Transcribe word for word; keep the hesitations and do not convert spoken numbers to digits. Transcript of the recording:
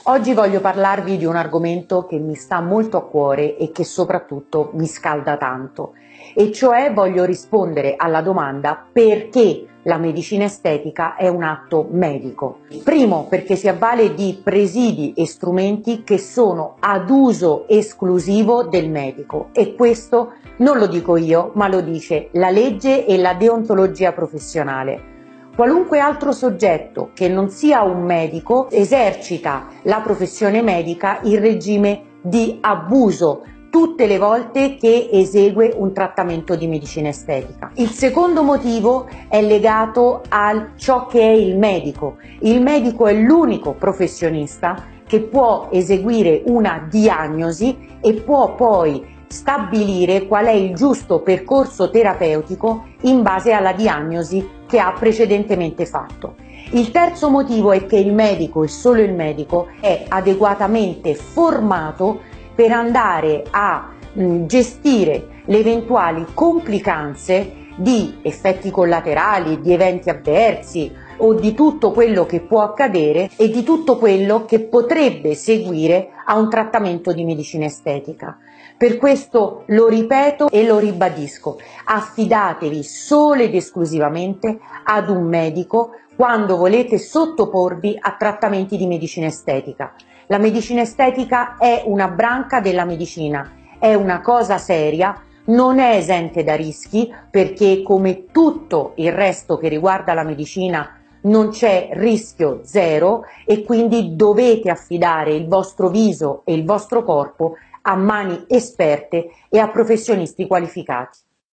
Oggi voglio parlarvi di un argomento che mi sta molto a cuore e che soprattutto mi scalda tanto, e cioè voglio rispondere alla domanda: perché la medicina estetica è un atto medico? Primo, perché si avvale di presidi e strumenti che sono ad uso esclusivo del medico, e questo non lo dico io, ma lo dice la legge e la deontologia professionale. Qualunque altro soggetto che non sia un medico esercita la professione medica in regime di abuso tutte le volte che esegue un trattamento di medicina estetica. Il secondo motivo è legato a ciò che è il medico. Il medico è l'unico professionista che può eseguire una diagnosi e può poi stabilire qual è il giusto percorso terapeutico in base alla diagnosi che ha precedentemente fatto. Il terzo motivo è che il medico, e solo il medico, è adeguatamente formato per andare a mh, gestire le eventuali complicanze di effetti collaterali, di eventi avversi o di tutto quello che può accadere e di tutto quello che potrebbe seguire a un trattamento di medicina estetica. Per questo lo ripeto e lo ribadisco: affidatevi solo ed esclusivamente ad un medico quando volete sottoporvi a trattamenti di medicina estetica. La medicina estetica è una branca della medicina, è una cosa seria, non è esente da rischi, perché come tutto il resto che riguarda la medicina non c'è rischio zero, e quindi dovete affidare il vostro viso e il vostro corpo a mani esperte e a professionisti qualificati.